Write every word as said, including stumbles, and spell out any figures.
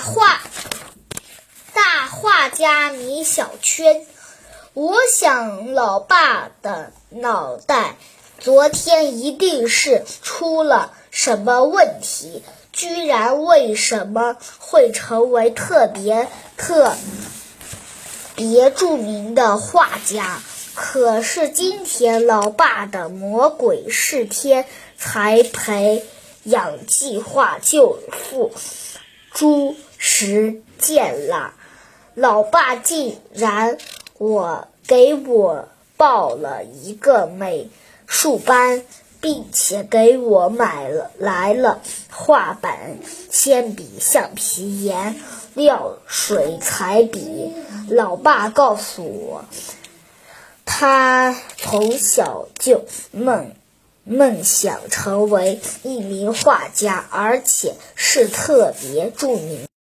画大画家米小圈，我想老爸的脑袋昨天一定是出了什么问题，居然为什么会成为特别特别著名的画家？可是今天老爸的魔鬼是天才培养计划就付诸实践了。老爸竟然我给我报了一个美术班，并且给我买了来了画板、铅笔、橡皮、颜料、水彩笔。老爸告诉我，他从小就梦梦想成为一名画家，而且是特别著名。